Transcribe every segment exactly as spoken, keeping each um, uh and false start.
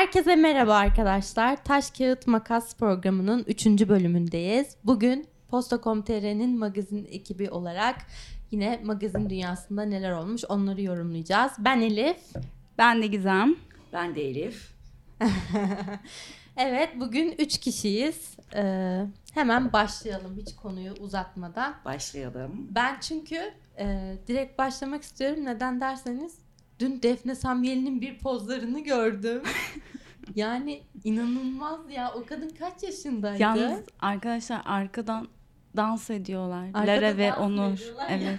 Herkese merhaba arkadaşlar. Taş Kağıt Makas programının üçüncü bölümündeyiz. Bugün Posta nokta com nokta tr'nin magazin ekibi olarak yine magazin dünyasında neler olmuş onları yorumlayacağız. Ben Elif. Ben de Gizem. Ben de Elif. Evet, bugün üç kişiyiz. Ee, hemen başlayalım hiç konuyu uzatmadan. Başlayalım. Ben çünkü e, direkt başlamak istiyorum. Neden derseniz dün Defne Samyeli'nin bir pozlarını gördüm. Yani inanılmaz ya. O kadın kaç yaşındaydı? Yalnız arkadaşlar arkadan dans ediyorlar. Arkada Lara ve dans Onur. Evet.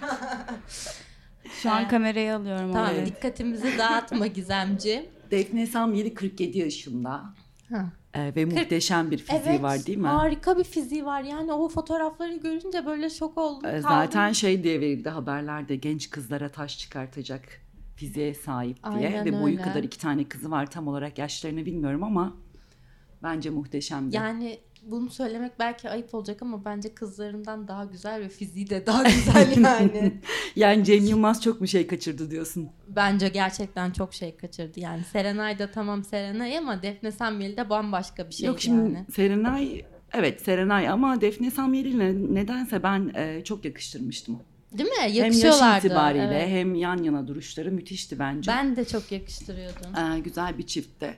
Şu an kamerayı alıyorum. Tamam, Evet. dikkatimizi dağıtma Gizemciğim. Defne Samyeli kırk yedi yaşında. Ha. Ee, ve muhteşem bir fiziği Evet, var değil mi? harika bir fiziği var. Yani o fotoğrafları görünce böyle şok oldum. Ee, kaldım. zaten şey diye verildi haberlerde, genç kızlara taş çıkartacak fiziğe sahip diye. Aynen Ve boyu öyle. kadar iki tane kızı var, tam olarak yaşlarını bilmiyorum ama bence muhteşemdi. Yani bunu söylemek belki ayıp olacak ama bence kızlarından daha güzel ve fiziği de daha güzel yani. Yani Cem Yılmaz çok mu şey kaçırdı diyorsun? Bence gerçekten çok şey kaçırdı yani. Serenay da tamam Serenay ama Defne Samyeli de bambaşka bir şey Yok şimdi yani. Serenay, evet Serenay ama Defne Samyeli'yle nedense ben e, çok yakıştırmıştım. Değil mi? Hem yaş Yakışıyorlardı. itibariyle Evet. hem yan yana duruşları müthişti bence. Ben de çok yakıştırıyordum. Ee, güzel bir çiftti.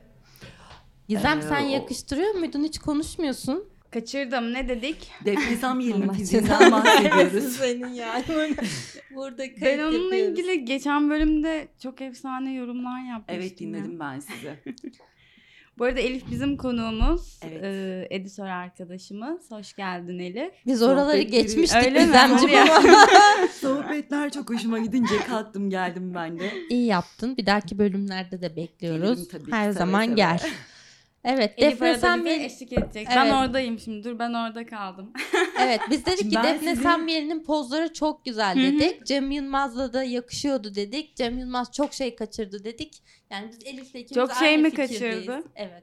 Gizem Ee, sen o- yakıştırıyor muydun? Hiç konuşmuyorsun. Kaçırdım. Ne dedik? Defne Samyeli'nin Allah fiziğinden bahsediyoruz. Senin yani. Burada kayıt Ben onunla yapıyoruz. ilgili geçen bölümde çok efsane yorumlar yapmıştım. Evet, dinledim ya. ben sizi. Bu arada Elif bizim konuğumuz. Evet. Ee, editör arkadaşımız. Hoş geldin Elif. Biz oraları Sohbetleri- geçmiştik Öyle mi? Gizemciğim Hadi ya. ama. Sohbetler çok hoşuma gidince kalktım geldim ben de. İyi yaptın. Bir dahaki bölümlerde de bekliyoruz. Gelirim tabii ki, Her seve zaman seve. gel. Evet, Elif Defne arada bize Samyeli. eşlik edecek. Evet. Ben oradayım şimdi. Dur ben orada kaldım. Evet, biz dedik Şimdi ki ben Defne sizin- Samyeli'nin pozları çok güzel Hı hı. dedik. Cem Yılmaz'la da yakışıyordu dedik. Cem Yılmaz çok şey kaçırdı dedik. Yani biz Elif'le ikimiz Çok şey aynı mi fikirdeyiz. kaçırdı? Evet.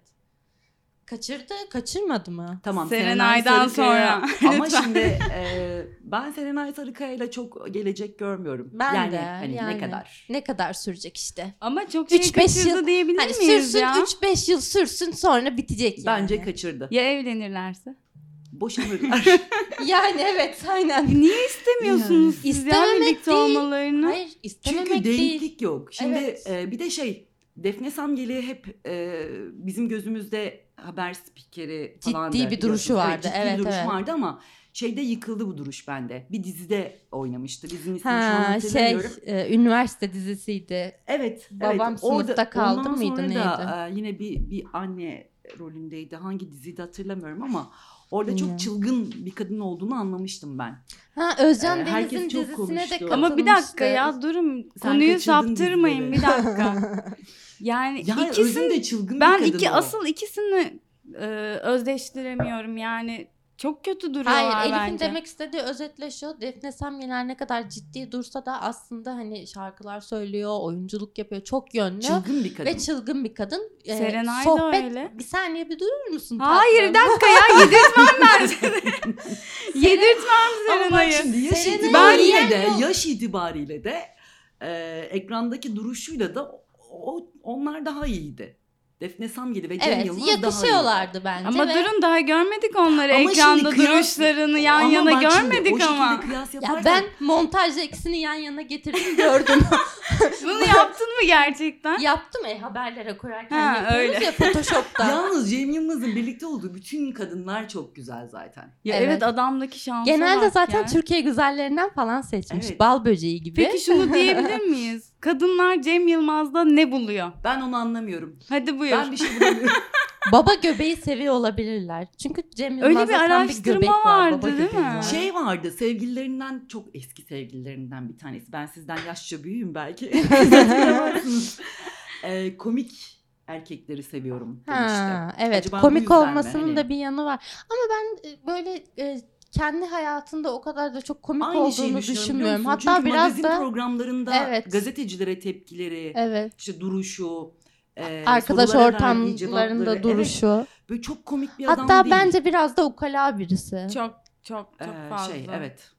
Kaçırdı, kaçırmadı mı? Tamam, Serenay'dan Sarıkaya- sonra. Ama Lütfen. şimdi e, ben Serenay Sarıkaya'yla çok gelecek görmüyorum. Ben yani, de. Hani yani. ne kadar? Ne kadar sürecek işte. Ama çok şey Üç beş kaçırdı yıl- diyebilir Hani miyiz sürsün ya? üç beş yıl sürsün sonra bitecek yani. Bence kaçırdı. Ya evlenirlerse? Boşanırlar. Yani evet aynen. Niye istemiyorsunuz siz ya İstememek birlikte değil. olmalarını? Hayır istememek Çünkü değil. denklik yok. Şimdi Evet. e, bir de şey, Defne Samyeli hep e, bizim gözümüzde haber spikeri falan Ciddi da bir duruşu biliyorsunuz. vardı. Evet, ciddi Evet, bir duruşu evet. vardı ama şeyde yıkıldı bu duruş bende. Bir dizide oynamıştı. Dizinin ismini şu an Ha şey hatırlamıyorum. e, üniversite dizisiydi. Evet. Babam evet. sınıfta kaldı ondan mıydı, sonra neydi? da, e, yine bir bir anne rolündeydi. Hangi dizide hatırlamıyorum ama orada Bilmiyorum. çok çılgın bir kadın olduğunu anlamıştım ben. Ha Özcan Ee, herkes Deniz'in çok dizisine de konuştu. katılmıştı. Ama bir dakika ya durun. Sen Konuyu kaçırdın saptırmayın bir dizileri. dakika. Yani Yani ikisini özünde çılgın ben bir kadın iki o. asıl ikisini e, özdeştiremiyorum yani. Çok kötü duruyorlar Hayır Elif'in bence. demek istediği özetle şu. Defne Samyeli ne kadar ciddi dursa da aslında hani şarkılar söylüyor, oyunculuk yapıyor. Çok yönlü Çılgın bir kadın. ve çılgın bir kadın. Ee, Serenay da sohbet, öyle. Bir saniye bir durur musun? Hayır bir tatlım? dakika ya yedirtmem ben seni. yedirtmem Ama bak Serenay'ı. şimdi yaş Serenay'ı itibariyle yiyen de yok. yaş itibariyle de e, ekrandaki duruşuyla da o, onlar daha iyiydi. Defne Samyeli ve Cem Evet Yılmaz daha iyiydi. yakışıyorlardı bence. Ama ve... durun daha görmedik onları. Ama Ekranda şimdi kıyas- duruşlarını yan Ama yana bak şimdi, görmedik o ama. şekilde kıyas Ya yaparken ben montajda ikisini yan yana getirdim gördüm. Bunu yaptın mı gerçekten? Yaptım e haberlere koyarken Ha, yapıyoruz öyle. ya Photoshop'ta. yalnız Cem Yılmaz'ın birlikte olduğu bütün kadınlar çok güzel zaten. Ya Evet. evet, adamdaki şansa Genelde bak zaten ya. Türkiye güzellerinden falan seçmiş. Evet. Bal böceği gibi. Peki şunu diyebilir miyiz? Kadınlar Cem Yılmaz'da ne buluyor? Ben onu anlamıyorum. Hadi buyur. Ben bir şey bulamıyorum. Baba göbeği seviyor olabilirler. Çünkü Cem Öyle Yılmaz'da bir tam araştırma bir göbek var. vardı, Baba değil göbeği mi? var. Şey vardı, sevgililerinden, çok eski sevgililerinden bir tanesi. Ben sizden yaşça büyüğüm belki. Siz hatırlamazsınız. Ee, komik erkekleri seviyorum demişti. Ha, evet Acaba bu komik yüzden mi? olmasının Hani- da bir yanı var. Ama ben e, böyle e, kendi hayatında o kadar da çok komik Aynı şeyi olduğunu düşünüyorum, düşünmüyorum. biliyor musun? Hatta Çünkü biraz magazin da programlarında Evet. gazetecilere tepkileri, evet işte duruşu, e, arkadaş sorulara verdiği ortamlarında cevapları, evet, duruşu. böyle çok komik bir adam Hatta değil. bence biraz da ukala birisi. Çok çok çok Ee, fazla. Şey, evet.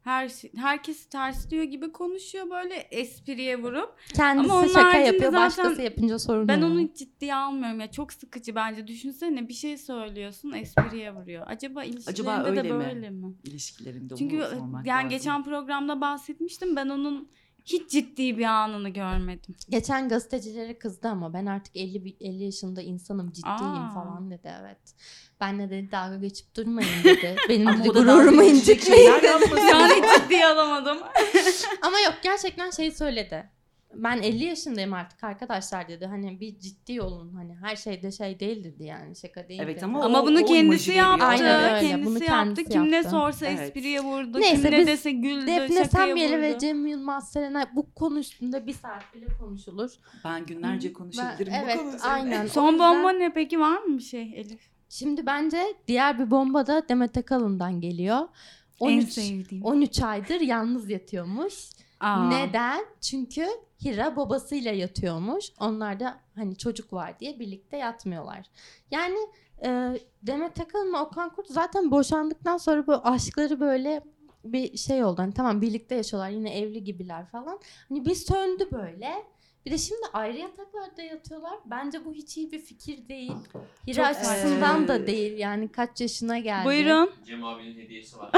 her şey, herkesi tersliyor gibi konuşuyor böyle espriye vurup. Kendisi Ama onun şaka haricinde yapıyor, zaten başkası yapınca sorun Ben oluyor. onu hiç ciddiye almıyorum ya. Çok sıkıcı bence. Düşünsene bir şey söylüyorsun, espriye vuruyor. Acaba ilişkilerinde Acaba öyle de mi? böyle mi? İlişkilerinde Çünkü onu sormak yani lazım. geçen programda bahsetmiştim. Ben onun hiç ciddi bir anını görmedim. Geçen gazetecilere kızdı ama ben artık elli elli yaşında insanım, ciddiyim Aa. falan dedi, evet. Benle dedi dalga geçip durmayın dedi. Benim Ama dedi o da gururumu dalga geçecek incitmeyin şeyler dedi. yapmasın. Yani hiç ciddiye alamadım. Ama yok, gerçekten şey söyledi. Ben elli yaşındayım artık arkadaşlar dedi. Hani bir ciddi olun, hani her şeyde şey değil dedi, yani şaka değil Evet dedi. ama Ama o- bunu o kendisi imajı veriyor. yaptı. Aynen öyle, Kendisi, bunu yaptı. kendisi Kim ne yaptı. sorsa Evet. espriye vurdu. Neyse, Kim ne biz dese güldü. Defne şakaya Samyeli vurdu. ve Cem Yılmaz, Serenay, bu konu üstünde bir saat bile konuşulur. Ben günlerce Ben- konuşabilirim evet, bu konu üzerine. aynen. O Son yüzden- bomba ne peki, var mı bir şey Elif? Şimdi bence diğer bir bomba da Demet Akalın'dan geliyor. on üç, En sevdiğim. on üç aydır yalnız yatıyormuş. Aa. Neden? Çünkü Hira babasıyla yatıyormuş. Onlar da hani çocuk var diye birlikte yatmıyorlar. Yani e, Demet Akalın'la Okan Kurt zaten boşandıktan sonra bu aşkları böyle bir şey oldu. Hani tamam, birlikte yaşıyorlar, yine evli gibiler falan. Hani bir söndü böyle. Bir de şimdi ayrı yataklarda yatıyorlar. Bence bu hiç iyi bir fikir değil. Hira Çok açısından eee, da değil. Yani kaç yaşına geldi. Buyurun. Cem abinin hediyesi var.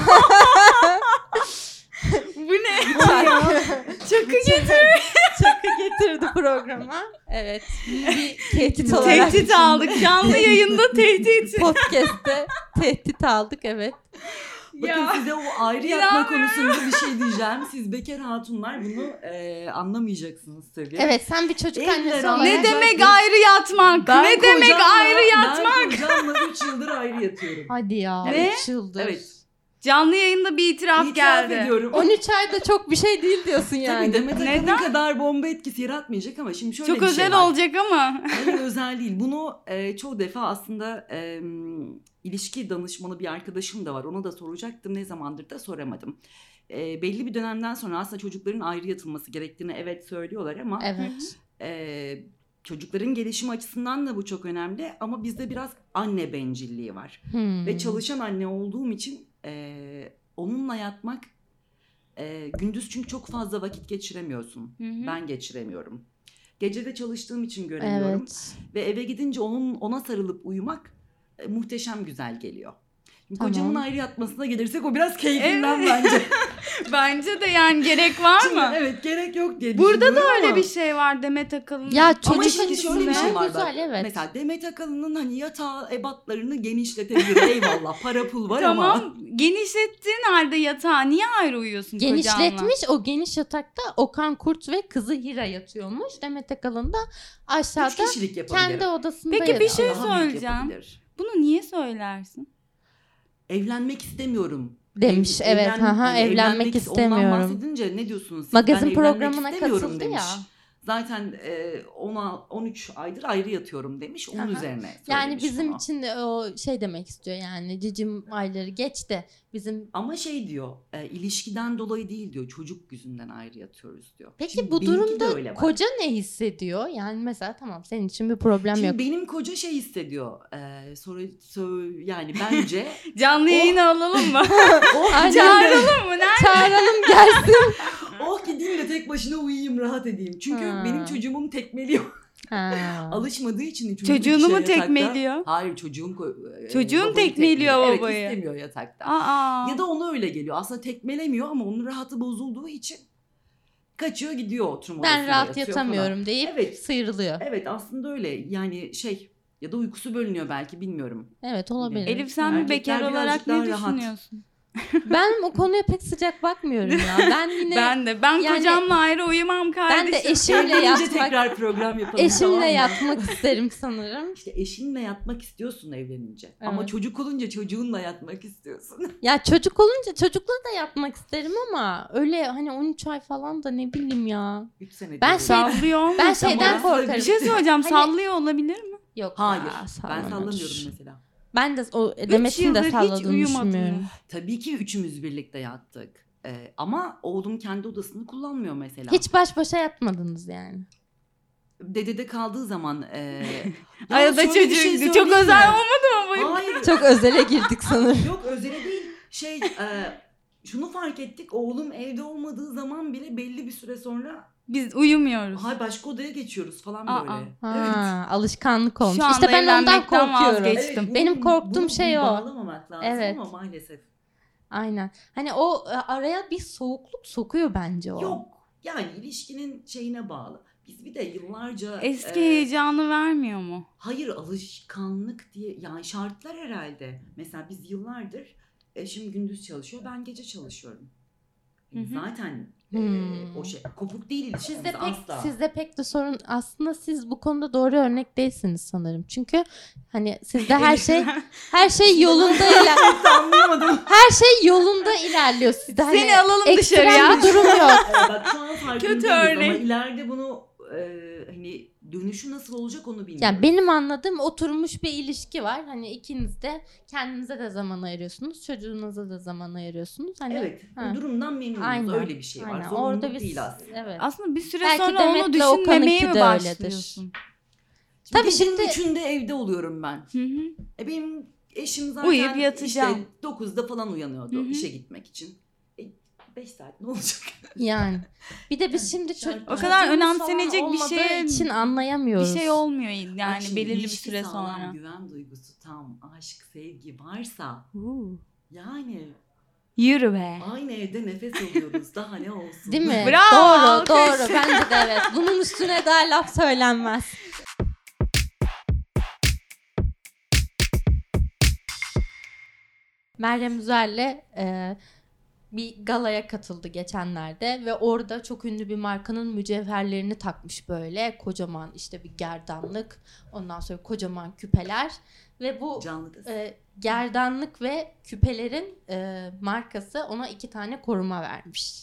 Bu ne? Çakı getirdi. Çakı getirdi programa. Evet. Bir tehdit olarak. Tehdit aldık. Canlı yayında tehdit. Podcast'te tehdit aldık, evet. Bakın Ya. size o ayrı yatma konusunda bir şey diyeceğim. Siz bekar hatunlar bunu e, anlamayacaksınız tabii. Evet, sen bir çocuk Elle annesi rahmet- olarak. Ne demek ayrı yatmak? Ben ne demek kocamla- ayrı yatmak? Ben kocamla üç yıldır ayrı yatıyorum. Hadi ya. Ne? üç yıldır. Evet. Canlı yayında bir itiraf, İtiraf geldi. ediyorum. on üç ayda çok bir şey değil diyorsun yani. Tabii Demet Akalın Neden? kadar bomba etkisi yaratmayacak ama şimdi şöyle Çok bir özel şey var. olacak ama. Hayır, özel değil. Bunu e, çoğu defa aslında e, ilişki danışmanı bir arkadaşım da var. Ona da soracaktım. Ne zamandır da soramadım. E, belli bir dönemden sonra aslında çocukların ayrı yatılması gerektiğini evet söylüyorlar ama Evet. e, çocukların gelişimi açısından da bu çok önemli. Ama bizde biraz anne bencilliği var. Hmm. Ve çalışan anne olduğum için e, onunla yatmak e, gündüz çünkü çok fazla vakit geçiremiyorsun. Hı hı. Ben geçiremiyorum. Gece de çalıştığım için göremiyorum. Evet. Ve eve gidince onun ona sarılıp uyumak e, muhteşem güzel geliyor. Şimdi Tamam. Kocamın ayrı yatmasına gelirsek o biraz keyfinden Evet. bence. Bence de yani gerek var Şimdi mı? evet, gerek yok diye Burada da düşünüyorum öyle ama- bir şey var Demet Akalın. Ya Ama çocuk şimdi şöyle bir açısından şey var güzel, bak. evet. Mesela Demet Akalın'ın hani yatağı ebatlarını genişletebilir. Eyvallah, para pul var ama. Tamam. Genişlettiğin halde yatağı niye ayrı uyuyorsun kocanla? Genişletmiş, o geniş yatakta Okan Kurt ve kızı Hira yatıyormuş. Demet Akalın da Üç aşağıda kişilik yapabilir. kendi odasında Peki bir yatıyor. şey Daha büyük söyleyeceğim. yapabilir. Bunu niye söylersin? Evlenmek istemiyorum. Demiş, Ev- evet. evlen- Haha, yani evlenmek Ondan istemiyorum. bahsedince ne diyorsunuz siz? Magazin Ben evlenmek programına istemiyorum katıldı demiş. ya. Zaten e, ona on üç aydır ayrı yatıyorum demiş. Onun Aha. üzerine Yani söylemiş bizim bunu. için de o şey demek istiyor, yani cicim ayları geç de bizim. Ama şey diyor, e, ilişkiden dolayı değil diyor, çocuk yüzünden ayrı yatıyoruz diyor. Peki Şimdi bu benimki de durumda öyle var. koca ne hissediyor? Yani mesela tamam, senin için bir problem Şimdi yok. benim koca şey hissediyor. E, sonra sö- yani bence Canlı Oh. yayına alalım mı? oh Aynen. gideyim de, Çağıralım mı? Nerede? Çağıralım gelsin. oh gideyim de tek başına uyuyayım, rahat edeyim. Çünkü Ha. benim çocuğumun tekmeliyor. Ha. Alışmadığı için çocuk Çocuğunu bir şey mu yatakta- tekmeliyor? Hayır, çocuğun ko- e, Çocuğun babayı tekmeliyor tekmeliyor. babayı. Evet, istemiyor yatakta. Aa. Ya da ona öyle geliyor. Aslında tekmelemiyor ama onun rahatı bozulduğu için kaçıyor gidiyor oturma Ben odasında rahat yatıyor yatamıyorum falan. deyip Evet. sıyrılıyor. Evet, aslında öyle. Yani şey, ya da uykusu bölünüyor belki, bilmiyorum. Evet, olabilir. Elif, sen bir Erkekler bekar olarak birazcık ne daha rahat. düşünüyorsun? Ben o konuya pek sıcak bakmıyorum ya. Ben yine Ben de. Ben yani- kocamla ayrı uyumam kardeşim. ben de Sen eşimle gelince yatmak tekrar program yapalım, tamam eşimle mı? yatmak isterim sanırım. İşte eşinle yatmak istiyorsun evlenince. Ama Evet. çocuk olunca çocuğunla yatmak istiyorsun. Ya çocuk olunca çocukla da yatmak isterim ama öyle hani on üç ay falan da ne bileyim ya. üç sene Ben diyorum. şey- Sallıyor olmasın? Ben Tamam. şeyden Tamam. korkarım. Bir şey söyleyeceğim. Hani- Sallıyor olabilir mi? Yok Hayır, ya, ben sallamıyor. sallamıyorum mesela. Ben de o Üç Demet'in de yıldır hiç salladığını uyumadın düşünmüyorum. mı? Tabii ki üçümüz birlikte yattık. Ee, ama oğlum kendi odasını kullanmıyor mesela. Hiç baş başa yatmadınız yani. Dedede kaldığı zaman. E, ya Arada şöyle bir çocuk şey çok söyleyeyim özel mi? olmadı mı bu? Hayır. Çok özele girdik sanırım. Yok, özele değil. Şey, e, şunu fark ettik, oğlum evde olmadığı zaman bile belli bir süre sonra Biz uyumuyoruz. hay başka odaya geçiyoruz falan Aa, böyle. Ha, alışkanlık olmuş. Şu anda İşte ben ondan evlenmekten korkuyorum. vazgeçtim. bu- Benim korktuğum bunu- şey bunu o. Bağlamamak lazım Evet. ama maalesef. Aynen. Hani o e, araya bir soğukluk sokuyor bence o. Yok. Yani ilişkinin şeyine bağlı. Biz bir de yıllarca Eski e, heyecanı vermiyor mu? hayır alışkanlık diye yani şartlar herhalde. Mesela biz yıllardır eşim gündüz çalışıyor, ben gece çalışıyorum. Yani Hı hı. zaten Hmm. e, o şey kopuk değil ilişkimiz Sizde pek asla. sizde pek de sorun aslında siz bu konuda doğru örnek değilsiniz sanırım. Çünkü hani sizde her şey her şey yolunda iler Anlayamadım. her şey yolunda ilerliyor sizde. Hani Seni alalım ekstrem dışarıya. bir durum yok. Evet, bak şu an farkındayız Kötü ama örnek. ileride bunu e, hani dönüşü nasıl olacak onu bilmiyorum. Yani benim anladığım oturmuş bir ilişki var. Hani ikiniz de kendinize de zaman ayırıyorsunuz, çocuğunuza da zaman ayırıyorsunuz. Hani Evet, Ha. bu durumdan memnunuz. Aynen, Öyle bir şey var. aynen. Zorunluluk Orada bir değil aslında. evet. Aslında bir süre Belki sonra Demet'le onu düşünmemeye Okan'ınki mi de öyledir. başlıyorsun? Şimdi Tabii gecenin şimdi- üçünde evde oluyorum ben. Hı hı. E benim eşim zaten Uyuyup yatacağım. işte dokuzda falan uyanıyordu Hı hı. işe gitmek için. E, beş saat ne olacak? Yani bir de biz şimdi şart- ço- O kadar çocuğumuz önemsenecek falan bir olmadığı şeye- için Bir anlayamıyoruz. şey olmuyor Bak yani şimdi belirli bir ilişki süre sağlam, sonra. güven duygusu tam, aşk, sevgi varsa Uuu. yani Yürü be. aynı evde nefes alıyoruz. Daha ne olsun? Değil mi? Bravo, Doğru, alkış. doğru. Bence de evet. Bunun üstüne daha laf söylenmez. Meryem Üzer'le e, bir galaya katıldı geçenlerde ve orada çok ünlü bir markanın mücevherlerini takmış böyle. Kocaman işte bir gerdanlık, ondan sonra kocaman küpeler ve bu Canlı da. e, gerdanlık ve küpelerin e, markası ona iki tane koruma vermiş.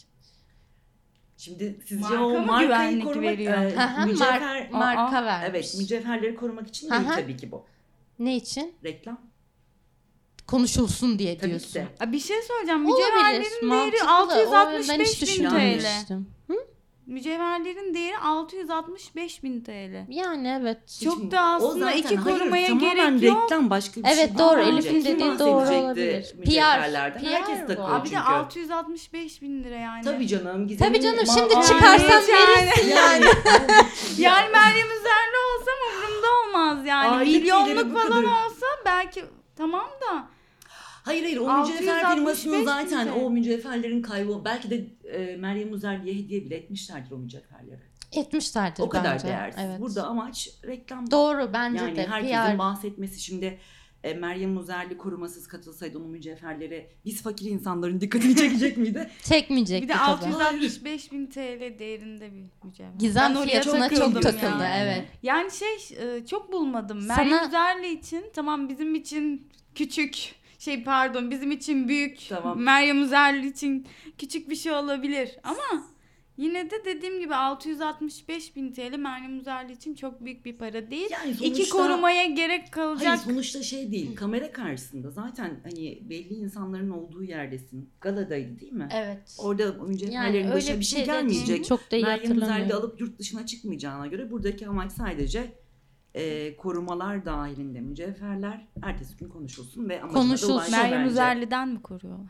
Şimdi sizce Marka o mı markayı güvenlik korumak, veriyor? e, Hı hı, mücevher, mar- marka Aa, vermiş. evet mücevherleri korumak için değil Hı hı. tabii ki bu. Ne için? Reklam. Konuşulsun diye Tabii diyorsun. ki de. Aa, bir şey söyleyeceğim. Olabilir. Mücevherlerin değeri Mantıklı. altı yüz O altmış yönden hiç beş bin T L. düşünmemiştim. Mücevherlerin değeri altı yüz altmış beş bin T L. Yani evet. Çok Şimdi da o aslında zaten- iki hayır, korumaya tamamen gerek yok. reklam başka bir şey Evet değil doğru. bence. Elif'in Kim dediği doğru bahsedecekti olabilir. P R. mücevherlerden? P R Herkes bu. takıyor Abi çünkü. de altı yüz altmış beş bin lira yani. Tabii canım. Gizem'in Tabii canım ma- şimdi Aa, çıkarsan yani. verirsin yani. Yani Meryem Üzerli olsam umurumda olmaz yani. Aylık geliri Milyonluk bu falan kadar. olsa belki tamam da. Hayır hayır o altı yüz mücevher altmış firmasının beş zaten bin. o mücevherlerin kaybol belki de e, Meryem Uzerli'ye hediye bile etmişlerdir o mücevherleri. etmişlerdir O kadar bence. değersiz. Evet. Burada amaç reklam. Doğru bence Yani de. herkesin P R. bahsetmesi şimdi e, Meryem Uzerli korumasız katılsaydı onun mücevherleri biz fakir insanların dikkatini çekecek miydi? Çekmeyecekti Bir de tabii. altı yüz altmış beş bin T L değerinde bir mücevher. Gizem Ben oraya fiyatına çok takıldım takıldı. ya. Evet. Yani şey e, çok bulmadım. Sana- Meryem Üzerli için tamam bizim için küçük şey pardon bizim için büyük. Tamam. Meryem Üzerli için küçük bir şey olabilir ama yine de dediğim gibi altı yüz altmış beş bin T L Meryem Üzerli için çok büyük bir para değil. Yani İki sonuçta- korumaya gerek kalacak. Hayır sonuçta şey değil kamera karşısında zaten hani belli insanların olduğu yerdesin. Galadaydı değil mi? Evet. Orada o mücevherlerin başına bir şey, gelmeyecek. dediğini çok da iyi Meryem Üzerli hatırlamıyorum. alıp yurt dışına çıkmayacağına göre buradaki amaç sadece e, korumalar dahilinde mücevherler ertesi gün konuşulsun ve amacına Konuşulsun. da ulaşsın Meryem bence. Üzerli'den mi koruyorlar?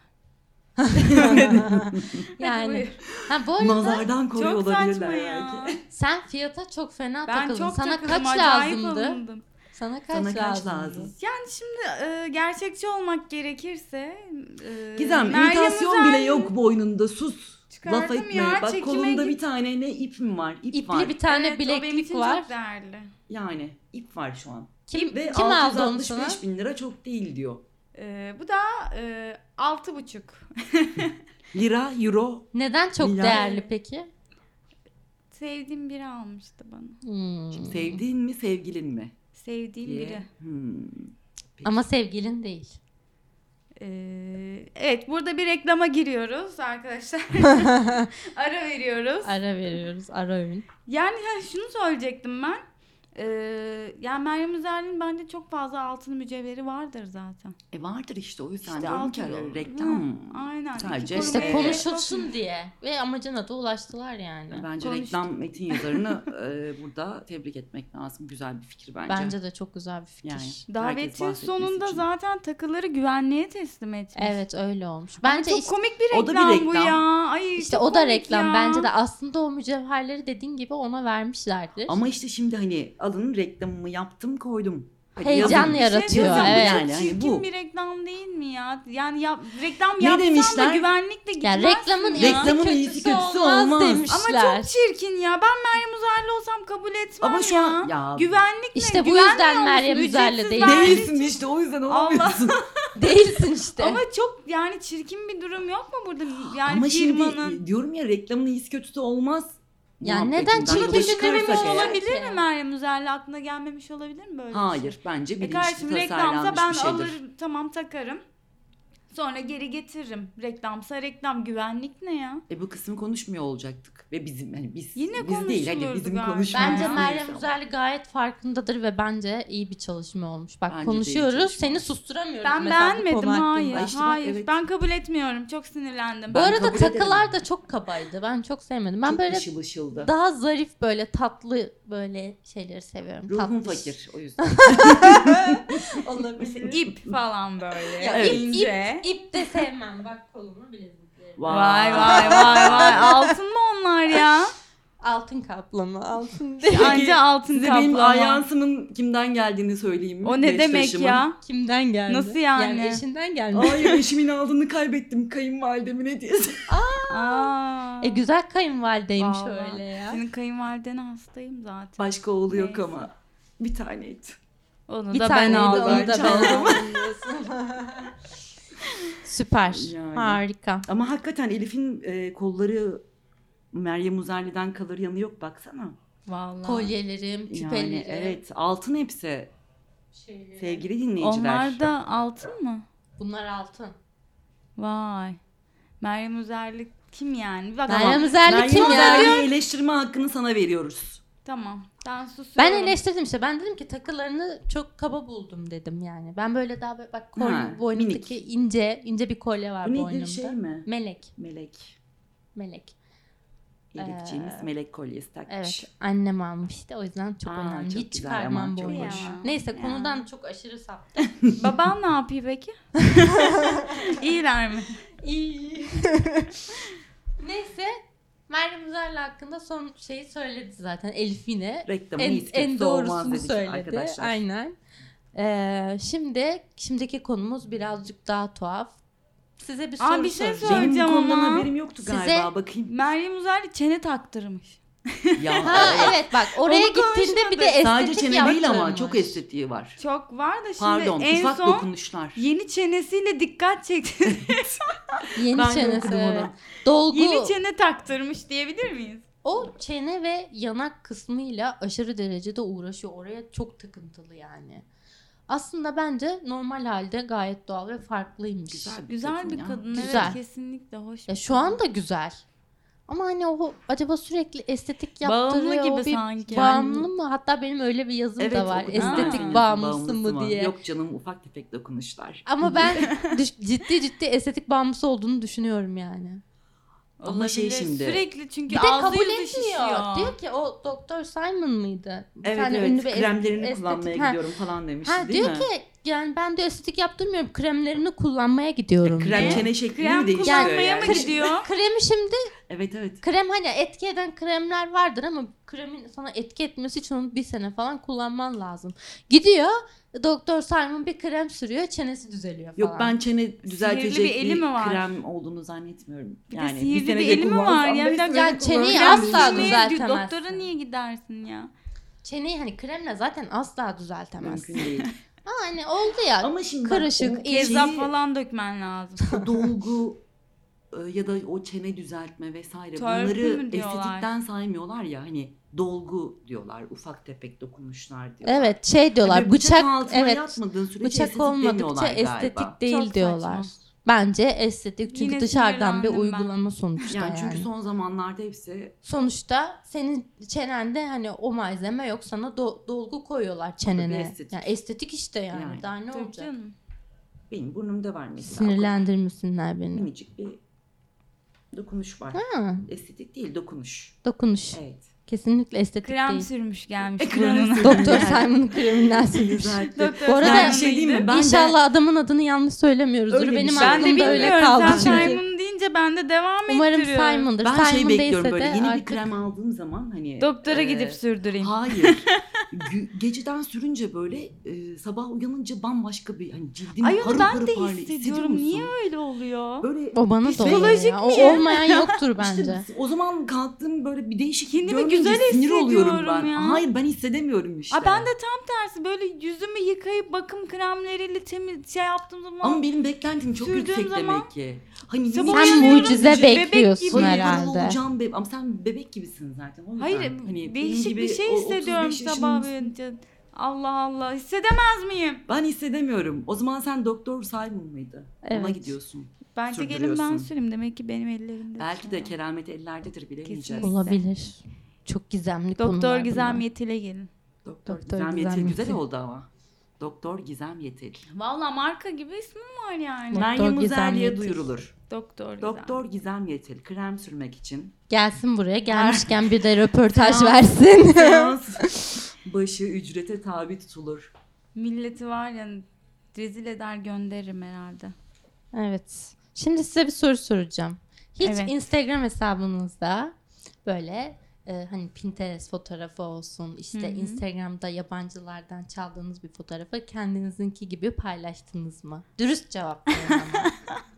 Yani. Ha bu arada Nazardan koruyor Çok olabilirler saçma ya. belki. sen fiyata çok fena Ben takıldın. çok Sana takıldım, kaç acayip lazımdı? alındım. Sana kaç Sana kaç lazımdı? lazım? Yani şimdi e, gerçekçi olmak gerekirse e, Gizem Meryem imitasyon Üzerli- bile yok boynunda sus. Çıkardım Laf etme. ya, Bak çekime kolunda git- bir tane ne ip mi var? İp İpli var. bir tane Evet, o benim bileklik için var. çok değerli. Yani ip var şu an. Kim, Ve kim aldı onu altı yüz sana? altmış beş bin lira çok değil diyor. E, bu da e, altı buçuk. Lira, euro. Neden çok Milyar. değerli peki? Sevdiğim biri almıştı bana. Hmm. Şimdi sevdiğin mi sevgilin mi? Sevdiğim diye. biri. Hmm. Ama sevgilin değil. E, evet burada bir reklama giriyoruz arkadaşlar. Ara veriyoruz. Ara veriyoruz. Ara ürün. Yani ha, şunu söyleyecektim ben. Ee, yani Meryem Üzerli'nin bence çok fazla altın mücevheri vardır zaten. E vardır işte o yüzden İşte diyorum ki altı- reklam. Hı, aynen. Aynen. Sadece İki İşte Evet. korumaya konuşulsun diye ve amacına da ulaştılar yani. Bence Konuştuk. reklam metin yazarını e, burada tebrik etmek lazım. Güzel bir fikir bence. Bence de çok güzel bir fikir. Yani herkes Davetin bahsetmesi sonunda için. zaten takıları güvenliğe teslim etmiş. Evet öyle olmuş. Ama Bence çok işte, komik bir O da bir reklam, bu reklam. ya. Ay, işte çok o da komik reklam. ya. Bence de aslında o mücevherleri dediğin gibi ona vermişlerdir. Ama işte şimdi hani alın reklamımı yaptım koydum. Hadi Heyecan yazın. Bir şey yaratıyor, söyleyeceğim, bu evet. çok Yani hani çirkin bu. bir reklam değil mi ya? Yani yap, reklam Ne yapsan da demişler? güvenlikle gitmezsin yani reklamın ya. iyisi Reklamın kötüsü, iyisi kötüsü olmaz, olmaz. demişler. Ama çok çirkin ya. Ben Meryem Uzerli olsam kabul etmem Ama şu ya. an ya Güvenlik ne? İşte bu Güvenmiyor yüzden musun? Meryem Ücretsiz Uzerli değil. verdiği değilsin için- işte o yüzden Allah. olamıyorsun. Değilsin işte. Ama çok yani çirkin bir durum yok mu burada? Yani Ama firmanın... şimdi diyorum ya reklamın iyisi kötüsü olmaz. Yani neden muhabbetinden çirkin yola bir çıkarsak durum eğer. Olabilir Yani. mi Meryem Uzerli, aklına gelmemiş olabilir mi böyle bir şey? Hayır bence E bilinçli kardeşim reklamsa tasarlanmış ben bir şeydir. alır tamam takarım. Sonra geri getiririm. Reklamsa reklam, güvenlik ne ya? E bu kısmı konuşmuyor olacaktık ve bizim hani biz Yine biz değil hani konuşulurdu bizim galiba. konuşmamız. Bence Ya. Meryem Uzerli gayet farkındadır ve bence iyi bir çalışma olmuş. Bak Bence de iyi konuşuyoruz, çalışma seni olmuş. susturamıyoruz Ben mesela bu beğenmedim, konu hakkında. hayır. Ay işte bak, hayır. evet. Ben kabul etmiyorum. Çok sinirlendim. Bu Ben arada kabul takılar ederim. da çok kabaydı. Ben çok sevmedim. Ben Çok böyle ışıl ışıldı. daha zarif, böyle tatlı böyle şeyleri seviyorum. Ruhum Tatlış. fakir o yüzden. Olabilir. İp falan böyle. Ya Evet. ip, ince. ip, ip de sevmem. Bak kolumu bileziklerim. Vay vay vay vay. Altın mı onlar ya? Altın kaplama, altın değil. Anca altın Size kaplama. benim alyansımın kimden geldiğini söyleyeyim mi? O ne demek Beşiktaş'ımın. ya? Kimden geldi? Nasıl yani? Yani eşinden geldi. Hayır eşimin aldığını kaybettim kayınvalidemin hediyesi. Aa. E güzel kayınvalideymiş Vallahi. öyle ya. Senin kayınvalidene hastayım zaten. Başka oğlu yok Neyse. ama bir taneydi. Onu Bir da ben taneydi, aldım. onu da ben çaldım. aldım diyorsun. Süper. Yani. Harika. Ama hakikaten Elif'in e, kolları Meryem Uzerli'den kalır yanı yok baksana. Vallahi. Kolyelerim, küpeleri. Yani evet altın hepsi şeyleri. sevgili dinleyiciler. Onlar da altın mı? Bunlar altın. Vay. Meryem Uzerli kim yani? Bak, Meryem tamam. Uzerli Meryem kim ya? Uzerli'yi eleştirme hakkını sana veriyoruz. Tamam. Ben susuyorum. Ben eleştirdim işte. Ben dedim ki takılarını çok kaba buldum dedim yani. Ben böyle daha böyle bak kolye, Ha, boynumdaki ince ince bir kolye var Bu boynumda. nedir şey mi? Melek. Melek. Melek. Elif'ciğimiz Ee, melek kolyesi takmış. Evet. Annem almıştı. O yüzden çok Aa, önemli. çok Hiç güzel çıkarmam ama, çok boynuma. hoş. Neyse Ya. konudan çok aşırı saptım. Baban ne yapıyor peki? İyiler mi? İyi. Neyse Meryem Uzerli hakkında son şeyi söyledi zaten Elif yine. Reklamın En, iyisi en kötüsü olmaz doğrusunu dedik söyledi. arkadaşlar. Aynen. Ee, şimdi şimdiki konumuz birazcık daha tuhaf. Size bir soru Aa, bir şey soracağım. Benim bu Soracağım konudan ama. haberim yoktu Size- galiba bakayım. Meryem Uzerli çene taktırmış. Ya, Ha evet bak oraya Onu gittiğinde bir de konuşmadık. estetik sadece çene değil ama yaptırmış. çok estetiği var. Çok var da şimdi Pardon en ufak son dokunuşlar. yeni çenesiyle dikkat çekti. Yeni Ben de çenesi okudum evet. onu. Dolgu. Yeni çene taktırmış diyebilir miyiz? O çene ve yanak kısmıyla aşırı derecede uğraşıyor. Oraya çok takıntılı yani. Aslında bence normal halde gayet doğal ve farklıymış. Güzel. Güzel kadın bir ya. kadın. Güzel. Evet kesinlikle hoş. Ya bir şu kadın. anda güzel. Ama hani o acaba sürekli estetik Bağımlı yaptırıyor. gibi o bir sanki. Bağımlı mı? Hatta benim öyle bir yazım Evet, da var. okudum ben Estetik senin bağımlısı mı diye. Yok canım ufak tefek dokunuşlar. Ama ben düş- ciddi ciddi estetik bağımlısı olduğunu düşünüyorum yani. Ama şey Olabilir. şimdi- Sürekli çünkü Bir de ağzı kabul yüzü etmiyor. şişiyor. Diyor ki o Doktor Simon mıydı? Bir Evet tane evet ünlü bir es- kremlerini estetik- kullanmaya Ha, gidiyorum falan demişti Ha, değil diyor mi? ki yani ben de estetik yaptırmıyorum. Kremlerini kullanmaya gidiyorum. Krem diyor. çene şeklini Krem mi değiştiriyor kullanmaya yani? mı gidiyor? Kremi şimdi Evet evet. krem hani etki eden kremler vardır ama kremin sana etki etmesi için onu bir sene falan kullanman lazım. Gidiyor Doktor Simon bir krem sürüyor çenesi düzeliyor falan. Yok ben çene düzeltecek bir bir, eli mi var? krem olduğunu zannetmiyorum. Bir de Yani sihirli bir senede eli mi var? kullansam Yani beş ben- senede yani çeneyi kullanırım. asla Niye- düzeltemezsin. Doktora niye gidersin ya? Çeneyi hani kremle zaten asla düzeltemezsin. Mümkün değil. Ama hani oldu ya. Ama şimdi bak, Kırışık, o Kezzap şeyi- falan dökmen lazım. o dolgu e, ya da o çene düzeltme vesaire Törpü bunları mü diyorlar? estetikten saymıyorlar ya hani dolgu diyorlar ufak tefek dokunuşlar diyorlar. Evet şey diyorlar Tabii bıçak altına evet yatmadığın sürece bıçak estetik olmadıkça demiyorlar estetik galiba. değil Çok saçma. diyorlar. Bence estetik çünkü Yine dışarıdan bir sinirlendim ben. uygulama sonuçta Yani yani. çünkü son zamanlarda hepsi Sonuçta senin çenende hani o malzeme yok sana do- dolgu koyuyorlar çenene. estetik. Yani estetik işte yani, Yani. daha ne Tabii olacak? canım. Benim burnumda var mesela. Sinirlendirmesinler beni. Minicik bir dokunuş var. Ha, Estetik değil, dokunuş. dokunuş. Evet. Kesinlikle estetik Krem değil. sürmüş gelmiş E, krem burnuna. sürmüş. Doktor Simon'ın kreminden sürmüş. Güzel. Doktor Bu arada Simon bir şey değil mi? mıydı? Ben de- İnşallah adamın adını yanlış söylemiyoruzdur. Öyle bir Benim şey. Ben de aklımda öyle bilmiyorum. kaldı Sen çünkü. Simon deyince ben de devam Umarım ettiriyorum. Simon'dır. Ben şey Simon bekliyorum değilse böyle de yeni artık... bir krem aldığım zaman hani. Doktora e, gidip sürdüreyim. Hayır. Gü- geceden sürünce böyle e, sabah uyanınca bambaşka bir hani cildim Ay onu harıl ben harıl de parlıyor. Hissediyor hissediyorum. musun? Niye öyle oluyor? Böyle O bana da Psikolojik oluyor ya. O mi? olmayan yoktur bence. İşte o zaman kalktığım böyle bir değişik Kendimi görmeyince güzel sinir oluyorum hissediyorum ben. ya. Hayır ben hissedemiyorum işte. Aa, ben de tam tersi böyle yüzümü yıkayıp bakım kremleriyle temiz şey yaptığım zaman Ama benim beklentim çok Sürdüğüm yüksek zaman- demek ki. Hani Sabah Sen uyanıyorum, mucize bebek bekliyorsun gibi. Hayır, harıl herhalde. olacağım be- ama sen bebek gibisin zaten. O yüzden. hayır Hani benim değişik gibi bir şey o hissediyorum otuz beş sabah yaşında- uyanınca. Allah Allah hissedemez miyim? Ben hissedemiyorum. O zaman sen Doktor Simon mıydı? Ona Evet. gidiyorsun. Bence gelin ben Sürdürüyorsun. süreyim demek ki benim ellerimde. Belki de keramet ellerdedir bilemeyeceğiz. Kesinlikle. Olabilir. Çok gizemli Doktor konular Gizem bunlar. Yetil'e gelin. Doktor, Doktor Gizem Gizem Yetil güzel Yetil. oldu ama. Doktor Gizem Yetil. Valla marka gibi ismim var yani. Doktor Meryem Gizem Uzerli'ye Yetil. duyurulur. Doktor Gizem. Doktor Gizem Yetil krem sürmek için. Gelsin buraya. Gelmişken bir de röportaj Seans- versin. Seans başı ücrete tabi tutulur. Milleti var ya rezil eder gönderirim herhalde. Evet. Şimdi size bir soru soracağım. Hiç Evet. Instagram hesabınızda böyle e, hani Pinterest fotoğrafı olsun, işte Hı hı. Instagram'da yabancılardan çaldığınız bir fotoğrafı kendinizinki gibi paylaştınız mı? Dürüst cevap verin ama.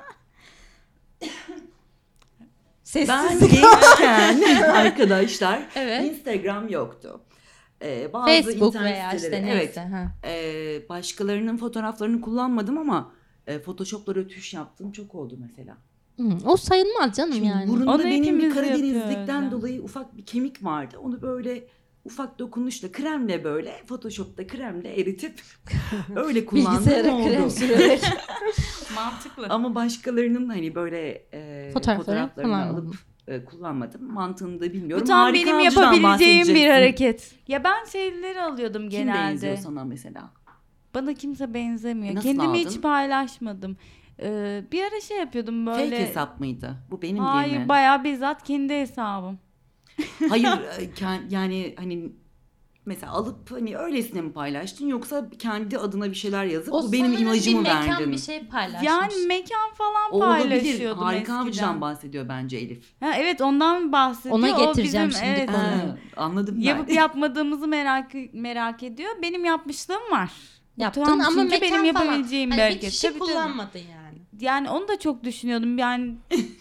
Ben Sessiz. gençken arkadaşlar Evet. Instagram yoktu. Ee, bazı Facebook internet veya işte siteleri- neyse. Evet. Ha. Ee, başkalarının fotoğraflarını kullanmadım ama e, Photoshop'la rötuş yaptığım çok oldu mesela. Hı, o sayılmaz canım Şimdi yani. burunda Onu benim bir hepimiz Karadenizlikten yapıyoruz. dolayı ufak bir kemik vardı. Onu böyle ufak dokunuşla kremle böyle Photoshop'ta kremle eritip öyle kullandığım Bilgisayara oldu. krem sürerek. Mantıklı. Ama başkalarının hani böyle e, Fotoğraflarını fotoğraflarını kullanmadın. alıp e, kullanmadım. Mantığını da bilmiyorum. Bu tam Harika benim Avcı'dan yapabileceğim bir bahsedeceksin. hareket. Ya ben şeyleri alıyordum Kim genelde. benziyor sana mesela? Bana kimse benzemiyor. Nasıl Kendimi aldın? hiç paylaşmadım. Ee, bir ara şey yapıyordum böyle. Fake hesap mıydı? Bu benim değil Hayır mi? bayağı bizzat kendi hesabım. Hayır e, ken- yani hani mesela alıp hani öylesine mi paylaştın yoksa kendi adına bir şeyler yazıp O bu benim sanırım imajımı bir mekan verdin. bir şey paylaşmış. Yani mekan falan O olabilir. paylaşıyordum Harika eskiden. Avcı'dan bahsediyor bence Elif. Ha, evet ondan bahsediyor. Ona O getireceğim bizim, şimdi evet, konuyu. Ha, anladım ben. yapıp yapmadığımızı merak merak ediyor. Benim yapmışlığım var. Yaptın Tamam, ama çünkü mekan benim falan. yapabileceğim Hani bir bir hareket. kişi Tabii, tabii. kullanmadın yani. Yani onu da çok düşünüyordum. Yani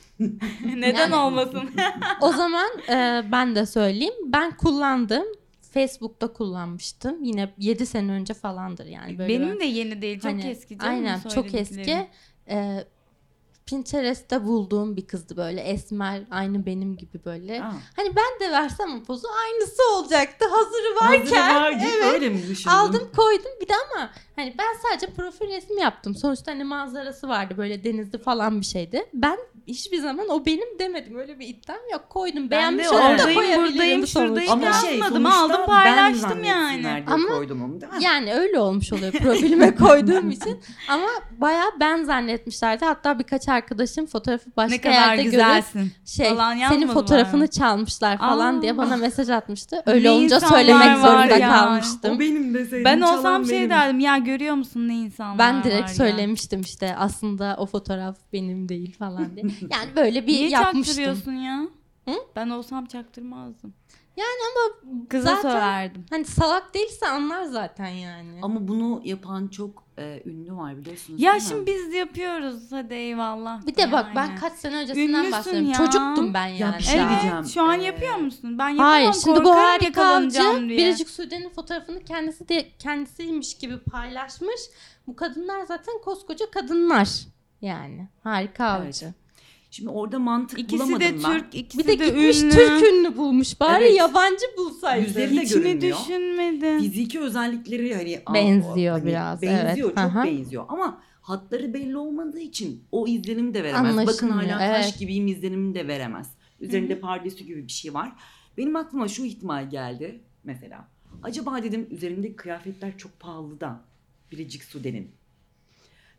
neden Yani- olmasın? O zaman e, ben de söyleyeyim. Ben kullandım. Facebook'ta kullanmıştım. Yine yedi sene önce falandır yani. Böyle Benim ben- de yeni değil. Çok hani, eski canım aynen çok eski. söylediklerim. E, Pinterest'te bulduğum bir kızdı böyle esmer, aynı benim gibi böyle. Aa, Hani ben de versem o pozu aynısı olacaktı. Hazırı varken hazırı var deyip evet. öyle mi düşündün? aldım koydum bir de ama hani ben sadece profil resmi yaptım. Sonuçta hani manzarası vardı böyle denizli falan bir şeydi. Ben hiçbir zaman o benim demedim. Öyle bir iddiam yok. Koydum. Ben Beğenmiş de olup da oradayım, koyabilirim buradayım, sonuçta. şuradayım Ama şey yazmadım, sonuçta aldım, ben paylaştım zannetsinler yani. diye Ama- koydum onu değil mi? Yani öyle olmuş oluyor profilime koyduğum için. Ama bayağı ben zannetmişlerdi. Hatta birkaç arkadaşım fotoğrafı başka Ne kadar yerde görüp güzelsin. şey falan senin yazmadılar fotoğrafını mı? çalmışlar falan Aa. diye bana mesaj atmıştı. Öyle Ne olunca insanlar söylemek var zorunda ya. kalmıştım. O benim deseydim. Ben çalan olsam şey benim. derdim ya görüyor musun ne insanlar Ben direkt var ya. söylemiştim işte aslında o fotoğraf benim değil falan diye. Yani böyle bir Niye yapmıştım. çaktırıyorsun ya? Hı? Ben olsam çaktırmazdım. Yani ama Kıza zaten söylerdim. hani salak değilse anlar zaten yani. Ama bunu yapan çok e, ünlü var biliyorsunuz Ya değil mi? şimdi biz yapıyoruz hadi eyvallah. Bir de bak ben Yani. kaç sene öncesinden Ünlüsün bahsediyorum. ya. Çocuktum ben Ya yani. bir şey daha. Evet diyeceğim. şu an Ee, yapıyor musun? Ben yapamam Hayır şimdi bu korkarım harika avcı yakalanacağım diye. Biricik Sude'nin fotoğrafını kendisi de kendisiymiş gibi paylaşmış. Bu kadınlar zaten koskoca kadınlar yani. Harika Evet. avcı. Şimdi orada mantık İkisi bulamadım de ben. Türk, ikisi Bir de de gitmiş ünlü. Türk ünlü bulmuş. Bari Evet. yabancı bulsaydı. Yüzleri de Hiç mi görünmüyor. düşünmedin? Fiziki özellikleri hani al- Benziyor hani biraz, Benziyor, evet. çok Aha. benziyor ama hatları belli olmadığı için o izlenimi de veremez. Bakın Anlaşılmıyor, hala taş evet. gibiyim izlenimini de veremez. Üzerinde pardesü gibi bir şey var. Benim aklıma şu ihtimal geldi mesela. Acaba dedim üzerindeki kıyafetler çok pahalı da Biricik Sude'nin.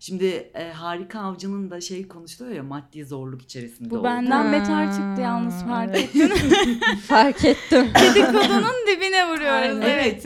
Şimdi e, Harika Avcı'nın da şey konuşuluyor ya, maddi zorluk içerisinde Bu olduğu. benden Ha, beter çıktı yalnız, fark evet. ettin. Fark ettim. Dedikodunun dibine vuruyoruz. Aynen. Evet.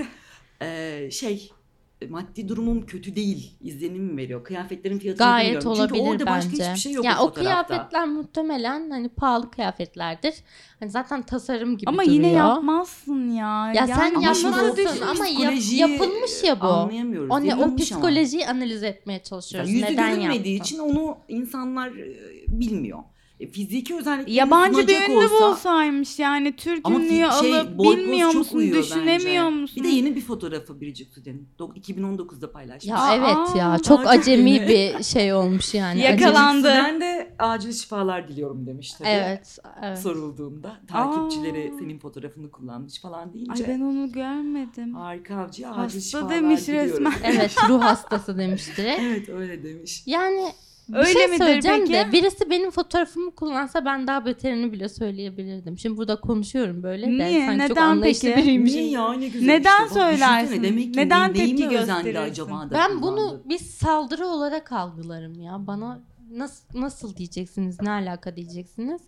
Ee, şey maddi durumum kötü değil izlenimi veriyor. Kıyafetlerin fiyatını Gayet bilmiyorum. olabilir Çünkü orada bence. başka hiçbir şey yok ya o o fotoğrafta. kıyafetler muhtemelen hani pahalı kıyafetlerdir. Hani zaten tasarım gibi Ama duruyor. yine yapmazsın ya. Ya sen Ama şimdi yapmazsın o düşün, ama yap- psikolojiyi yapılmış ya bu. Anlayamıyoruz. O ne, o Yapılmış ama. psikolojiyi analiz etmeye çalışıyoruz. Yani yüzü Neden görünmediği yaptın? için onu insanlar e, bilmiyor. E, fiziki özelliklerini Yabancı bir sunacak ünlü olsa, bulsaymış yani Türk ama ünlüyü fi- şey, alıp boy poz bilmiyor çok musun, uyuyor düşünemiyor bence. musun? Bir de yeni bir fotoğrafı Biricik Sude'nin. Do- iki bin on dokuzda paylaşmış. Ya Aa, evet ya aa, çok çok acemi yeni. bir şey olmuş yani. Yakalandı. Acemi- Ben de acil şifalar diliyorum demiş tabii. Evet, evet. Sorulduğunda takipçileri Aa. senin fotoğrafını kullanmış falan deyince. Ay ben onu görmedim. Harika Avcı'ya acil Hasta şifalar demiş diliyorum. resmen. Evet, ruh hastası demiştir. Evet öyle demiş. Yani bir Öyle şey midir söyleyeceğim peki? de birisi benim fotoğrafımı kullansa ben daha beterini bile söyleyebilirdim. Şimdi burada konuşuyorum böyle de Niye? sanki çok Neden anlayışlı peki? biriymişim. Niye ya ne güzel Neden işte. Bak, düşünsene, söylersin? demek ki Neden ne- neyime tepki özendi gösterirsin? acaba da Ben bunu kullandı? bir saldırı olarak algılarım ya. Bana nasıl nasıl diyeceksiniz? Ne alaka diyeceksiniz?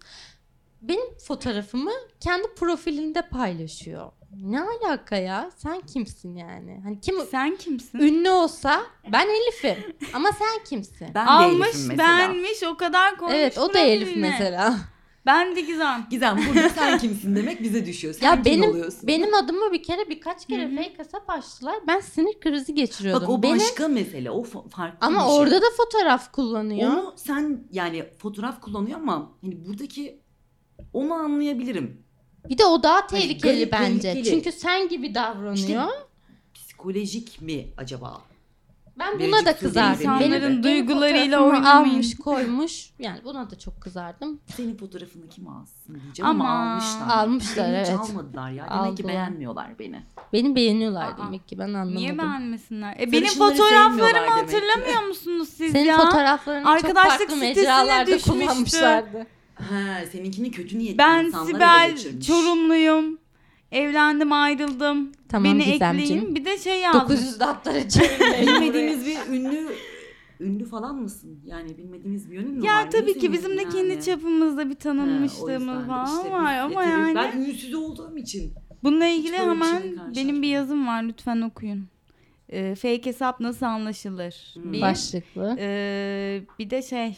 Benim fotoğrafımı kendi profilinde paylaşıyor. Ne alaka ya? Sen kimsin yani? Hani kim Sen kimsin? ünlü olsa ben Elif'im. Ama sen kimsin? Ben de Almış, Elif'im mesela. beğenmiş, o kadar koymuş Evet, o da Elif profiline. mesela. Ben de Gizem. Gizem burada sen kimsin demek bize düşüyor. Sen Ya kim benim oluyorsun? benim adımı bir kere birkaç kere Hı hı. fake hesap açtılar. Ben sinir krizi geçiriyordum. Bak o benim başka mesele. O fa- farklı ama bir şey. orada da fotoğraf kullanıyor. Onu sen yani fotoğraf kullanıyor ama hani buradaki onu anlayabilirim. Bir de o daha tehlikeli garip, bence. tehlikeli. Çünkü sen gibi davranıyor. İşte psikolojik mi acaba? Ben buna Biricik da Sude'yi kızardım. İnsanların Benim, benim duygularıyla fotoğrafımı oynamayın. almış koymuş. Yani buna da çok kızardım. Senin fotoğrafını kim alsın diyeceğim ama, Ama almışlar. Almışlar, Beni hiç evet. almadılar ya. Demek Aldılar. ki beğenmiyorlar beni. Beni beğeniyorlar Aa, demek ki ben anlamadım. Niye beğenmesinler? E benim Sarışınları fotoğraflarımı sevmiyorlar demek ki. hatırlamıyor musunuz siz Senin ya? fotoğraflarını çok Arkadaşlık farklı sitesine mecralarda düşmüştü. kullanmışlardı. Ha, seninkini kötü niyetli Ben insanlar ele Sibel geçirmiş. Çorumluyum. Evlendim, ayrıldım. Tamam Beni Gizemciğim. ekleyin. Bir de şey yazmış. dokuz yüz datları çevirmeyin. Bilmediğimiz bir ünlü ünlü falan mısın? Yani bilmediğimiz bir yönün mü var? Ya Ne tabii ki senin bizim de yani? kendi çapımızda bir Ha, o yüzden tanınmışlığımız de falan işte var biz- ama e, tabii yani Ben ünsüz olduğum için. bununla ilgili Hiç böyle bir hemen şeyle karşılaşmadım. benim bir yazım var, lütfen okuyun. Ee, fake hesap nasıl anlaşılır? Hmm. Bir, Başlıklı. Ee, bir de şey,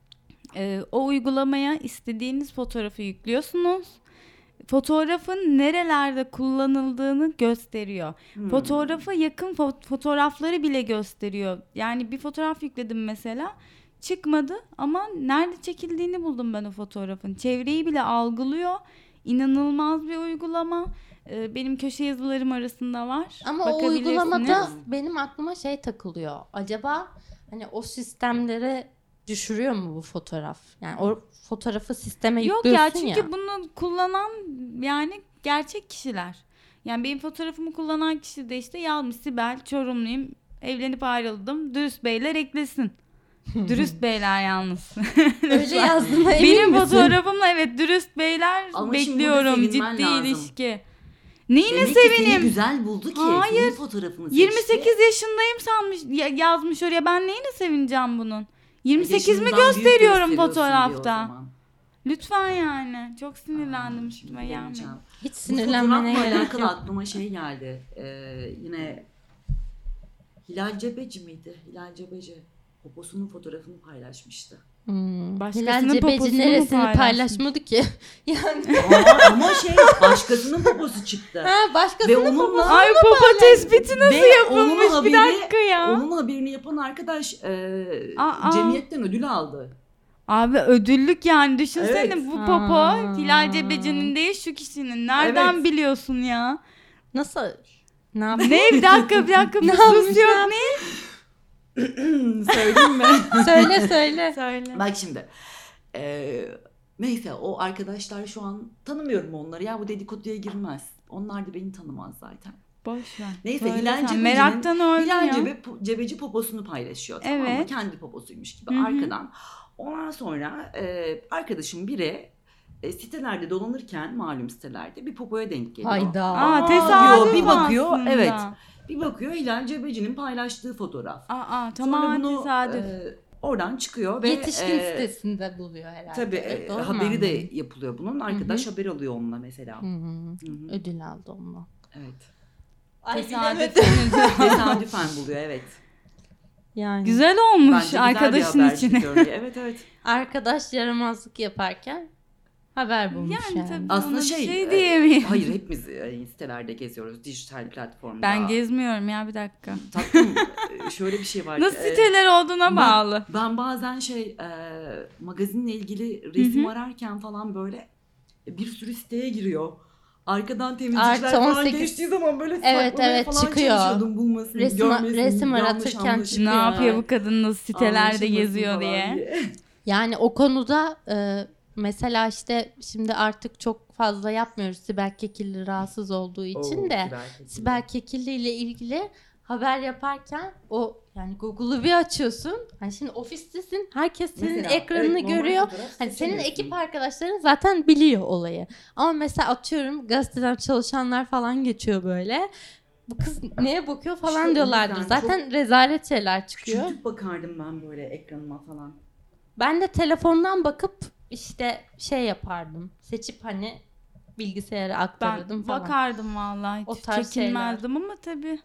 e, o uygulamaya istediğiniz fotoğrafı yüklüyorsunuz. Fotoğrafın nerelerde kullanıldığını gösteriyor. Hmm. Fotoğrafa yakın fo- fotoğrafları bile gösteriyor. Yani bir fotoğraf yükledim mesela, çıkmadı ama nerede çekildiğini buldum ben o fotoğrafın. Çevreyi bile algılıyor. İnanılmaz bir uygulama. Ee, benim köşe yazılarım arasında var. Ama o Bakabilirsiniz. uygulamada benim aklıma şey takılıyor. Acaba hani o sistemlere düşürüyor mu bu fotoğraf? Yani o fotoğrafı sisteme Yok ya, yüklüyorsun ya. çünkü bunu kullanan yani gerçek kişiler. Yani benim fotoğrafımı kullanan kişi de işte yazmış, Sibel Çorumluyum, evlenip ayrıldım, dürüst beyler eklesin. Dürüst beyler yalnız. Öyle yazdığına emin Benim misin? fotoğrafımla evet dürüst beyler Ama şimdi bekliyorum, burada sevinmen ciddi lazım. ilişki. Neyine Demek ki seni sevineyim? güzel buldu ki. Hayır. Senin fotoğrafını seçti. yirmi sekiz yaşındayım sanmış ya- yazmış oraya, ben neyine sevineceğim bunun? yirmi sekiz mi Yaşından büyük gösteriyorum gösteriyorsun diyor o fotoğrafta? zaman. Lütfen yani. Çok sinirlendim Aa, üstüme şimdi gelmeyin. geleceğim. Hiç Bu sinirlenmene fotoğrafla gerek alakalı yok. aklıma şey geldi. Ee, yine Hilal Cebeci miydi? Hilal Cebeci poposunun fotoğrafını paylaşmıştı. Hmm. Başkasının Hilal Cebeci poposunu mu neresini paylaşmış? paylaşmadı ki? Yani Aa, ama şey başkasının poposu çıktı. ha, başkasının Ve onunla poposunu Ay popo tespiti nasıl Ve yapılmış? onun Bir haberi- dakika ya. Onun haberini yapan arkadaş e, Aa. cemiyetten ödül aldı. Abi ödüllük yani, düşünsene Evet. bu Aa. popo Hilal Cebeci'nin değil şu kişinin. Nereden Evet. biliyorsun ya? nasıl? Ne yapmış? Ne bir dakika bir dakika Ne bir yapmış, sus ne yok yapmış? ne? Söyleyeyim mi? Söyle söyle. Söyle. Bak şimdi. e, neyse o arkadaşlar şu an tanımıyorum onları. Ya bu dedikoduya girmez. Onlar da beni tanımaz zaten. Boş ver. Neyse Söyle Hilal sen. Cebeci'nin Meraktan öldüm Hilal ya. Cebe, Cebeci poposunu paylaşıyor. Tamam mı? Evet. Kendi poposuymuş gibi Hı hı. arkadan. Ondan sonra e, arkadaşım biri e, sitelerde dolanırken malum sitelerde bir popoya denk geliyor. Hayda. Aa, Aa, tesadüf diyor, bir bakıyor, aslında. evet. Bir bakıyor Hilal Cebeci'nin paylaştığı fotoğraf. Aa, Sonra tamamen bunu tesadüf. e, oradan çıkıyor ve Yetişkin e, sitesinde buluyor herhalde. tabii Evet, e, doğru mu haberi de anladım? yapılıyor bunun. Arkadaş haber alıyor onunla mesela. Hı hı. Hı hı. Ödül aldı onunla. Evet. Ay, Tesadüf. bilemedim. Tesadüfen buluyor, evet. Yani Güzel olmuş Bence güzel arkadaşın bir habercilik içine. örneği. Evet evet. arkadaş yaramazlık yaparken haber bulmuş yani. Yani tabii Aslında ona bir şey, şey e, diyemeyim. Hayır, hepimiz e, sitelerde geziyoruz, dijital platformda. Ben gezmiyorum ya, bir dakika. Tatlım, e, şöyle bir şey var. Nasıl e, siteler olduğuna ben- bağlı. Ben bazen şey e, magazinle ilgili resim Hı hı. ararken falan böyle bir sürü siteye giriyor. Arkadan temizlikçiler Artı falan on sekiz geçtiği zaman böyle Evet, saklamaya evet, falan çıkıyor. çalışıyordum, bulmasın, Resim- görmesin, resim yanlış aratırken anlaşılmasın. Ne çıkıyor. yapıyor bu kadın, nasıl sitelerde Anlaşılmasın geziyor falan diye. Yani o konuda e, mesela işte şimdi artık çok fazla yapmıyoruz Sibel Kekilli rahatsız olduğu için Oo, de. Sibel Kekilli. Sibel Kekilli ile ilgili haber yaparken o yani Google'u bir açıyorsun. Hani şimdi ofistesin. Herkes senin Mesela, ekranını evet, normal görüyor. fotoğraf Hani senin seçemiyorsun. ekip arkadaşların zaten biliyor olayı. Ama mesela atıyorum gazeteden çalışanlar falan geçiyor böyle. Bu kız neye bakıyor falan İşte o diyorlardır. yüzden Zaten rezalet şeyler çıkıyor. Küçültüp bakardım ben böyle ekranıma falan. Ben de telefondan bakıp işte şey yapardım. Seçip hani bilgisayara aktarırdım Ben falan. bakardım vallahi. O Hiç tarz çekinmezdim ama tabii.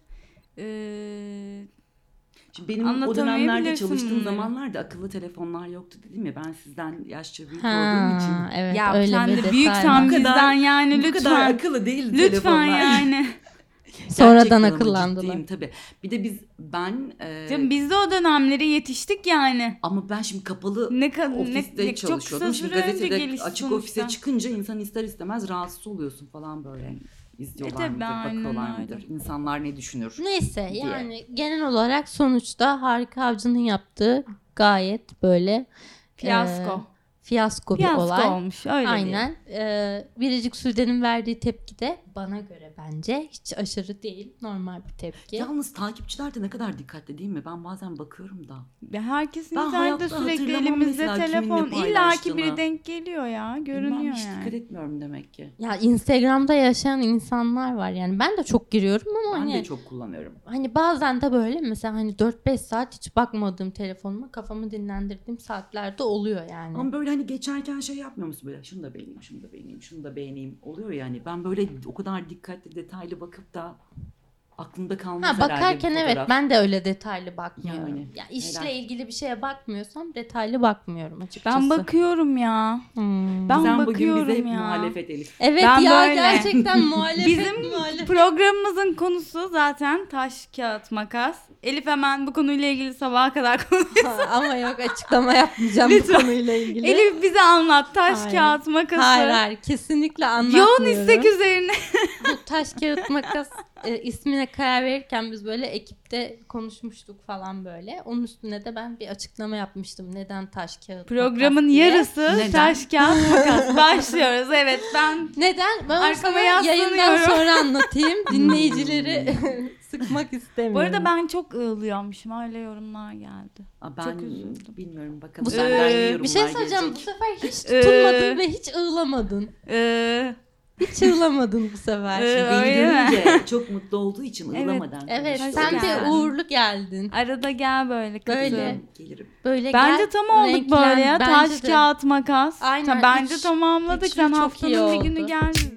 eee, Şimdi benim o dönemlerde Anlatamayabilirsin çalıştığım bunları. zamanlarda akıllı telefonlar yoktu dedim ya, ben sizden yaşça büyük Ha, olduğum için. evet, ya öyle sen bir de detay büyüksen var. Bu kadar- bizden yani, Bu kadar lütfen. akıllı değil Lütfen telefonlar. yani. Sonradan Gerçekten ama akıllandılar. ciddiyim tabii. Bir de biz ben e, Canım biz de o dönemlere yetiştik yani. ama ben şimdi kapalı Ne kadar ofiste ne, çok çalışıyordum. kısa Şimdi süre önce gazetede gelişti açık sonuçta. ofise çıkınca insan ister istemez rahatsız oluyorsun falan böyle. İzliyorlar E tabii, mıdır, aynen bakıyorlar öyle. mıdır, insanlar ne düşünür? Neyse diye. yani genel olarak sonuçta Harika Avcı'nın yaptığı gayet böyle Fiyasko. e, fiyasko bir Fiyasko olay. olmuş öyle Aynen. Ee, Biricik Sude'nin verdiği tepki de bana göre bence hiç aşırı değil. Normal bir tepki. Yalnız takipçiler de ne kadar dikkatli değil mi? Ben bazen bakıyorum da. diye. Herkesin Ben internette hayatta sürekli hatırlamam elimizde mesela telefon. kiminle İlla ki biri paylaştığımı. denk geliyor ya. Ben Görünüyor hiç yani. dikkat etmiyorum demek ki. Ya Instagram'da yaşayan insanlar var yani. Ben de çok giriyorum ama Ben hani de çok kullanıyorum. hani bazen de böyle mesela hani dört beş saat hiç bakmadığım telefonuma kafamı dinlendirdiğim saatlerde oluyor yani. Ama böyle hani geçerken şey yapmıyor musun böyle? Şunu da beğeneyim, şunu da beğeneyim, şunu da beğeneyim oluyor yani. Ben böyle o kadar dikkatli, detaylı bakıp da aklımda kalmaz Ha, herhalde bakarken bir evet fotoğraf. ben de öyle detaylı bakmıyorum. Yani, ya işle helal. ilgili bir şeye bakmıyorsam detaylı bakmıyorum açıkçası. Ben bakıyorum ya. Hmm. Ben Sen bugün bakıyorum bize hep ya. muhalefet Elif. Evet Ben ya böyle. gerçekten muhalefet Bizim muhalefet. programımızın konusu zaten taş, kağıt, makas. Elif hemen bu konuyla ilgili sabaha kadar konuşuyor. Ha, ama yok açıklama yapmayacağım bu Lütfen. konuyla ilgili. Elif bize anlat taş, Hayır. kağıt, makası. Hayır hayır kesinlikle anlatmıyorum. Yoğun istek üzerine. Bu taş kağıt makas e, ismine karar verirken biz böyle ekipte konuşmuştuk falan böyle. Onun üstüne de ben bir açıklama yapmıştım. Neden taş kağıt Programın makas diye. yarısı Neden? taş, kağıt, makas. Başlıyoruz. Evet ben Neden? Ben onu Arkama sana yaslanıyorum. yayından sonra anlatayım. Dinleyicileri sıkmak istemiyorum. bu arada ben çok ığlıyormuşum. Öyle yorumlar geldi. Aa, ben Çok üzüldüm. bilmiyorum bakalım. Bu Benden sefer- iyi Ee, yorumlar bir şey söyleyeceğim. Bu gelecek. sefer hiç Ee, tutunmadın ve hiç ığlamadın. Ee, Hiç ığlamadın bu sefer. Ee, Beni öyle mi? görünce çok mutlu olduğu için Evet, ığlamadan. Evet konuştu. sen Hoş bir geldin. uğurlu geldin. arada gel böyle kızım. Böyle. Gelirim, gelirim. Böyle Bence gel, tam olduk renklen. böyle ya. Bence Taş, de. kağıt, makas. Aynen, Ta- bence üç- tamamladık. üçlü Sen çok iyi haftanın bir günü oldu. gel bize.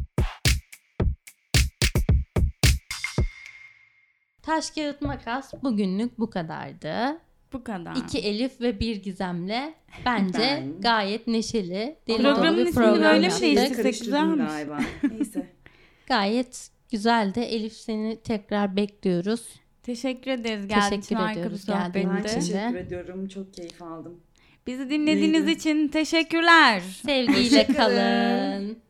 Taş kağıt makas bugünlük bu kadardı. Bu kadar. İki Elif ve bir Gizem'le bence Ben- gayet neşeli, deli Programın dolu bir ismini program böyle mi yaptık. değiştirsek Karıştırdım güzelmiş. galiba. Neyse. Gayet güzeldi. Elif seni tekrar bekliyoruz. Teşekkür ederiz geldiğin için Teşekkür harika bir ediyoruz geldiğin Ben sohbetti. için. teşekkür ediyorum. Çok keyif aldım. Bizi dinlediğiniz Neydi? için teşekkürler. Sevgiyle Hoşça kalın. kalın.